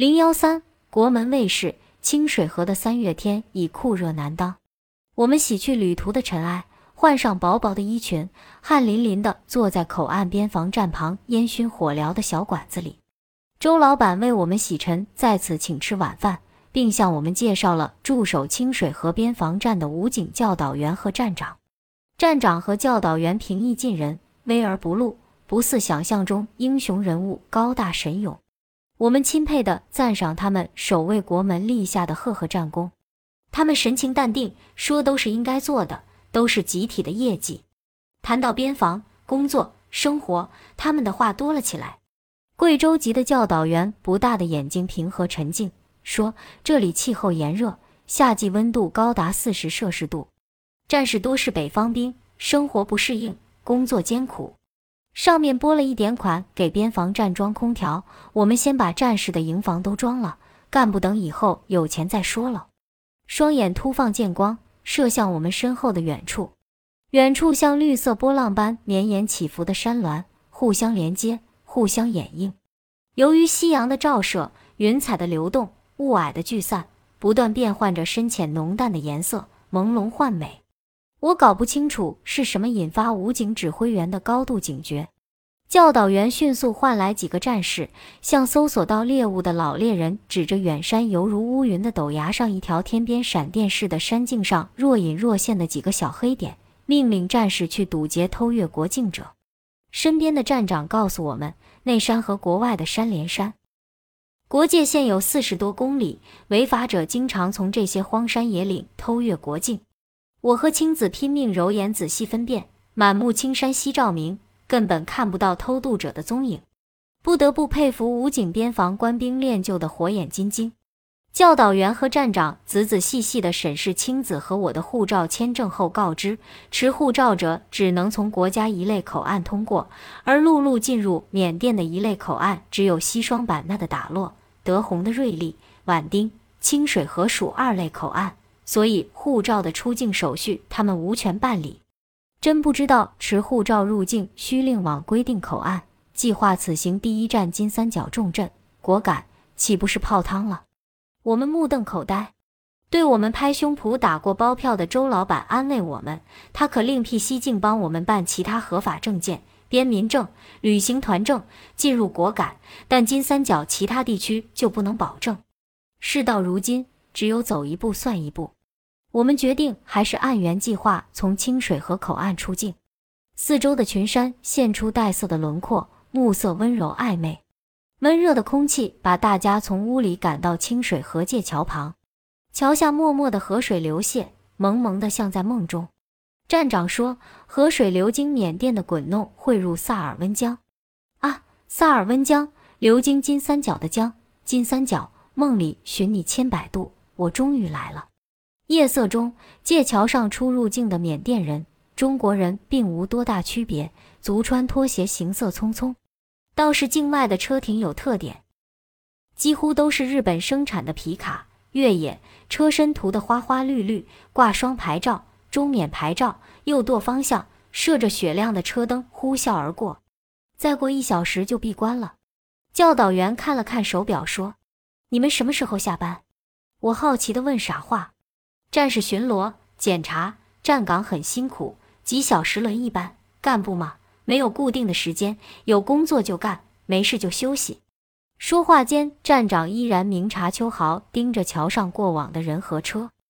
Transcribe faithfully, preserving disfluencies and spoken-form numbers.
零一三国门卫士，清水河的三月天已酷热难当。我们洗去旅途的尘埃，换上薄薄的衣裙，汗淋淋地坐在口岸边防站旁烟熏火燎的小馆子里。周老板为我们洗尘，在此请吃晚饭，并向我们介绍了驻守清水河边防站的武警教导员和站长。站长和教导员平易近人，威而不露，不似想象中英雄人物高大神勇。我们钦佩地赞赏他们守卫国门立下的赫赫战功。他们神情淡定，说都是应该做的，都是集体的业绩。谈到边防、工作、生活，他们的话多了起来。贵州籍的教导员不大的眼睛平和沉静，说这里气候炎热，夏季温度高达四十摄氏度。战士多是北方兵，生活不适应，工作艰苦。上面拨了一点款给边防站装空调，我们先把战士的营房都装了，干不等以后有钱再说了。双眼突放剑光，射向我们身后的远处。远处像绿色波浪般绵延起伏的山峦，互相连接，互相掩映。由于夕阳的照射，云彩的流动，雾霭的聚散，不断变换着深浅浓淡的颜色，朦胧幻美。我搞不清楚是什么引发武警指挥员的高度警觉。教导员迅速唤来几个战士，向搜索到猎物的老猎人指着远山犹如乌云的陡崖上一条天边闪电似的山径上若隐若现的几个小黑点，命令战士去堵截偷越国境者。身边的站长告诉我们，那山和国外的山连山，国界线有四十多公里，违法者经常从这些荒山野岭偷越国境。我和青子拼命揉眼仔细分辨，满目青山夕照明，根本看不到偷渡者的踪影。不得不佩服武警边防官兵练就的火眼金睛。教导员和站长仔仔细细地审视青子和我的护照签证后告知，持护照者只能从国家一类口岸通过，而陆路进入缅甸的一类口岸只有西双版纳的打洛、德宏的瑞丽、畹町、清水河属二类口岸，所以护照的出境手续他们无权办理。真不知道持护照入境需另往规定口岸，计划此行第一站金三角重镇，果敢岂不是泡汤了？我们目瞪口呆。对我们拍胸脯打过包票的周老板安慰我们，他可另辟蹊径帮我们办其他合法证件，边民证、旅行团证，进入果敢，但金三角其他地区就不能保证。事到如今，只有走一步算一步。我们决定还是按原计划从清水河口岸出境。四周的群山现出带色的轮廓，暮色温柔暧昧。闷热的空气把大家从屋里赶到清水河界桥旁。桥下默默的河水流泻，蒙蒙的像在梦中。站长说，河水流经缅甸的滚弄汇入萨尔温江。啊，萨尔温江，流经金三角的江，金三角，梦里寻你千百度，我终于来了。夜色中，界桥上出入境的缅甸人、中国人并无多大区别，足穿拖鞋，行色匆匆。倒是境外的车停有特点，几乎都是日本生产的皮卡、越野，车身涂得花花绿绿，挂双牌照、中缅牌照，右舵方向，射着雪亮的车灯呼啸而过。再过一小时就闭关了。教导员看了看手表说，你们什么时候下班？我好奇地问傻话。战士巡逻、检查、站岗很辛苦，几小时轮一班，干部嘛，没有固定的时间，有工作就干，没事就休息。说话间，站长依然明察秋毫，盯着桥上过往的人和车。